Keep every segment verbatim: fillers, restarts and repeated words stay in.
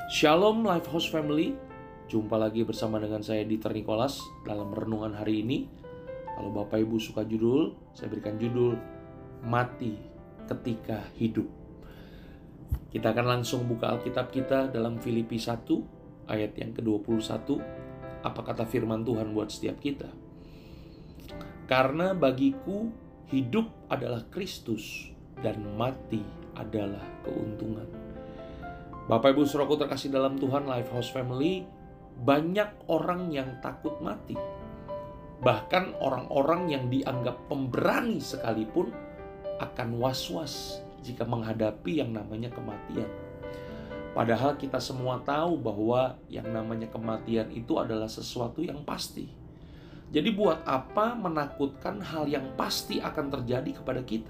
Shalom Lifehouse Family, jumpa lagi bersama dengan saya Dieter Nicholas dalam renungan hari ini. Kalau Bapak Ibu suka judul, saya berikan judul Mati Ketika Hidup. Kita akan langsung buka Alkitab kita dalam Filipi satu ayat yang ke dua puluh satu. Apa kata firman Tuhan buat setiap kita? Karena bagiku hidup adalah Kristus dan mati adalah keuntungan. Bapak Ibu Saudaraku terkasih dalam Tuhan, Lifehouse Family, banyak orang yang takut mati. Bahkan orang-orang yang dianggap pemberani sekalipun akan was-was jika menghadapi yang namanya kematian. Padahal kita semua tahu bahwa yang namanya kematian itu adalah sesuatu yang pasti. Jadi buat apa menakutkan hal yang pasti akan terjadi kepada kita?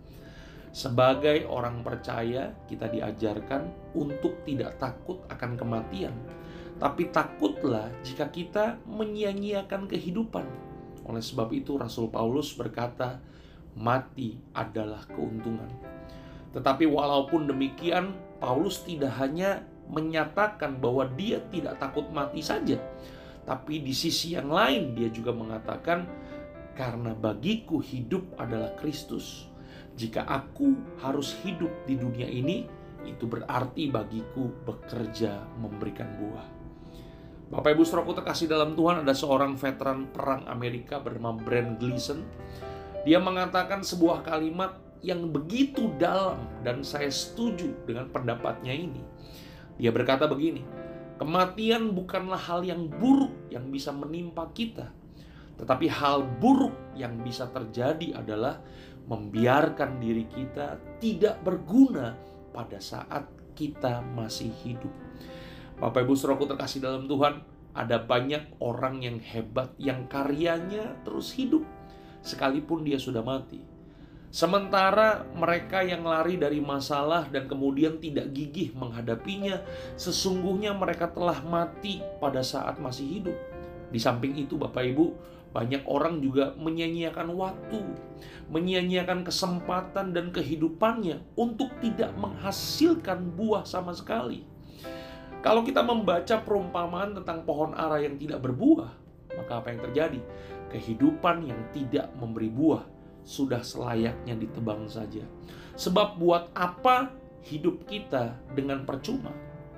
Sebagai orang percaya, kita diajarkan untuk tidak takut akan kematian. Tapi takutlah jika kita menyia-nyiakan kehidupan. Oleh sebab itu Rasul Paulus berkata, mati adalah keuntungan. Tetapi walaupun demikian, Paulus tidak hanya menyatakan bahwa dia tidak takut mati saja. Tapi di sisi yang lain dia juga mengatakan, karena bagiku hidup adalah Kristus. Jika aku harus hidup di dunia ini, itu berarti bagiku bekerja memberikan buah. Bapak Ibu Saudaraku terkasih dalam Tuhan, ada seorang veteran perang Amerika bernama Brent Gleason. Dia mengatakan sebuah kalimat yang begitu dalam dan saya setuju dengan pendapatnya ini. Dia berkata begini, kematian bukanlah hal yang buruk yang bisa menimpa kita. Tetapi hal buruk yang bisa terjadi adalah membiarkan diri kita tidak berguna pada saat kita masih hidup. Bapak Ibu Saudaraku terkasih dalam Tuhan, ada banyak orang yang hebat yang karyanya terus hidup sekalipun dia sudah mati. Sementara mereka yang lari dari masalah dan kemudian tidak gigih menghadapinya, sesungguhnya mereka telah mati pada saat masih hidup. Di samping itu Bapak Ibu, banyak orang juga menyia-nyiakan waktu, menyia-nyiakan kesempatan dan kehidupannya untuk tidak menghasilkan buah sama sekali. Kalau kita membaca perumpamaan tentang pohon ara yang tidak berbuah, maka apa yang terjadi? Kehidupan yang tidak memberi buah sudah selayaknya ditebang saja. Sebab buat apa hidup kita dengan percuma?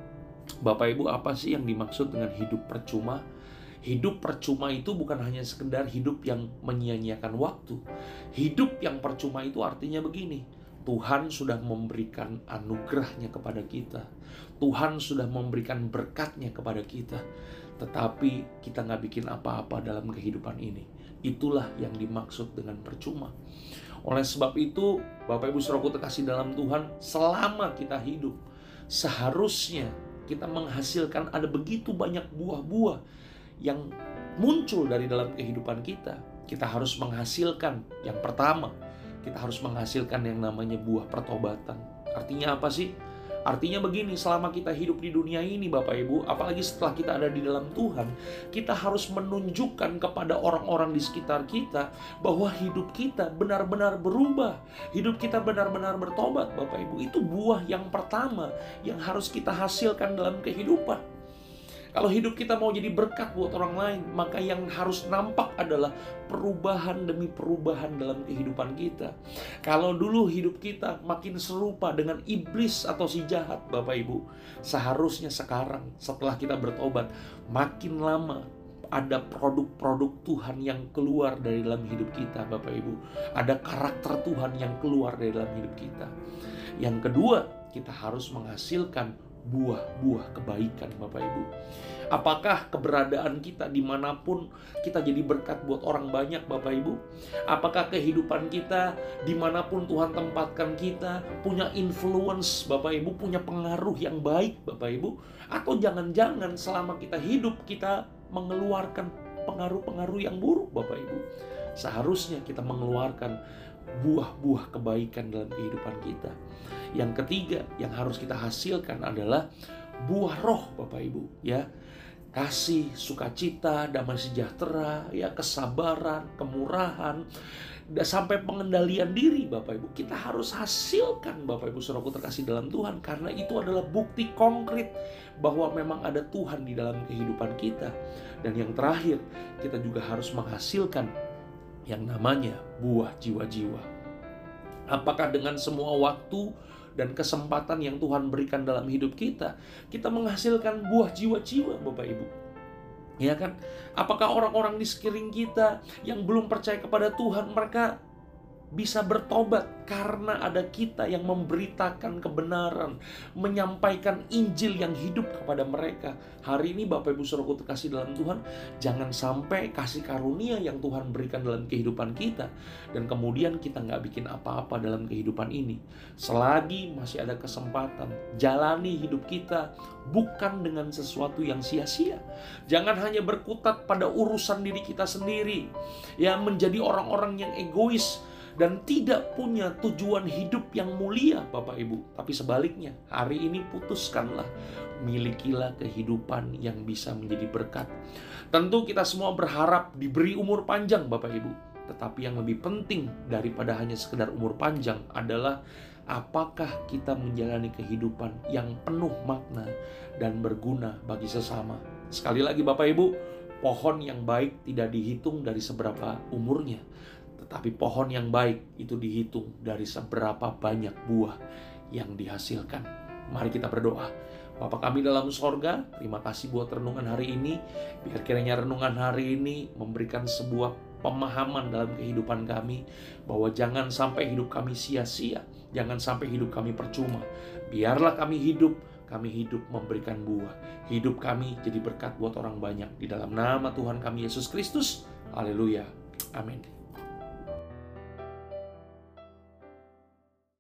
Bapak Ibu, apa sih yang dimaksud dengan hidup percuma? Hidup percuma itu bukan hanya sekedar hidup yang menyia-nyiakan waktu. Hidup yang percuma itu artinya begini, Tuhan sudah memberikan anugerahnya kepada kita. Tuhan sudah memberikan berkatnya kepada kita. Tetapi kita nggak bikin apa-apa dalam kehidupan ini. Itulah yang dimaksud dengan percuma. Oleh sebab itu, Bapak Ibu Saudaraku terkasih dalam Tuhan, selama kita hidup, seharusnya kita menghasilkan ada begitu banyak buah-buah yang muncul dari dalam kehidupan kita. Kita harus menghasilkan yang pertama, kita harus menghasilkan yang namanya buah pertobatan. Artinya apa sih? Artinya begini, selama kita hidup di dunia ini Bapak Ibu, apalagi setelah kita ada di dalam Tuhan, kita harus menunjukkan kepada orang-orang di sekitar kita bahwa hidup kita benar-benar berubah, hidup kita benar-benar bertobat Bapak Ibu. Itu buah yang pertama yang harus kita hasilkan dalam kehidupan. Kalau hidup kita mau jadi berkat buat orang lain, maka yang harus nampak adalah perubahan demi perubahan dalam kehidupan kita. Kalau dulu hidup kita makin serupa dengan iblis atau si jahat, Bapak Ibu, seharusnya sekarang setelah kita bertobat, makin lama ada produk-produk Tuhan yang keluar dari dalam hidup kita, Bapak Ibu. Ada karakter Tuhan yang keluar dari dalam hidup kita. Yang kedua, kita harus menghasilkan buah-buah kebaikan Bapak Ibu. Apakah keberadaan kita dimanapun kita jadi berkat buat orang banyak Bapak Ibu? Apakah kehidupan kita dimanapun Tuhan tempatkan kita punya influence Bapak Ibu, punya pengaruh yang baik Bapak Ibu? Atau jangan-jangan selama kita hidup kita mengeluarkan pengaruh-pengaruh yang buruk Bapak Ibu? Seharusnya kita mengeluarkan buah-buah kebaikan dalam kehidupan kita. Yang ketiga yang harus kita hasilkan adalah buah roh Bapak Ibu, ya. Kasih, sukacita, damai sejahtera, ya, kesabaran, kemurahan, sampai pengendalian diri Bapak Ibu. Kita harus hasilkan Bapak Ibu saudaraku terkasih dalam Tuhan, karena itu adalah bukti konkret bahwa memang ada Tuhan di dalam kehidupan kita. Dan yang terakhir, kita juga harus menghasilkan yang namanya buah jiwa-jiwa. Apakah dengan semua waktu dan kesempatan yang Tuhan berikan dalam hidup kita, kita menghasilkan buah jiwa-jiwa Bapak Ibu? Ya kan? Apakah orang-orang di sekeliling kita yang belum percaya kepada Tuhan, mereka bisa bertobat karena ada kita yang memberitakan kebenaran, menyampaikan Injil yang hidup kepada mereka? Hari ini Bapak Ibu saudaraku terkasih dalam Tuhan, jangan sampai kasih karunia yang Tuhan berikan dalam kehidupan kita dan kemudian kita nggak bikin apa-apa dalam kehidupan ini. Selagi masih ada kesempatan, jalani hidup kita bukan dengan sesuatu yang sia-sia. Jangan hanya berkutat pada urusan diri kita sendiri, ya, menjadi orang-orang yang egois dan tidak punya tujuan hidup yang mulia Bapak Ibu. Tapi sebaliknya, hari ini putuskanlah, milikilah kehidupan yang bisa menjadi berkat. Tentu kita semua berharap diberi umur panjang Bapak Ibu. Tetapi yang lebih penting daripada hanya sekedar umur panjang adalah apakah kita menjalani kehidupan yang penuh makna dan berguna bagi sesama. Sekali lagi Bapak Ibu, pohon yang baik tidak dihitung dari seberapa umurnya, tetapi pohon yang baik itu dihitung dari seberapa banyak buah yang dihasilkan. Mari kita berdoa. Bapa kami dalam sorga, terima kasih buat renungan hari ini. Biar kiranya renungan hari ini memberikan sebuah pemahaman dalam kehidupan kami, bahwa jangan sampai hidup kami sia-sia, jangan sampai hidup kami percuma. Biarlah kami hidup, kami hidup memberikan buah. Hidup kami jadi berkat buat orang banyak. Di dalam nama Tuhan kami Yesus Kristus. Haleluya. Amin.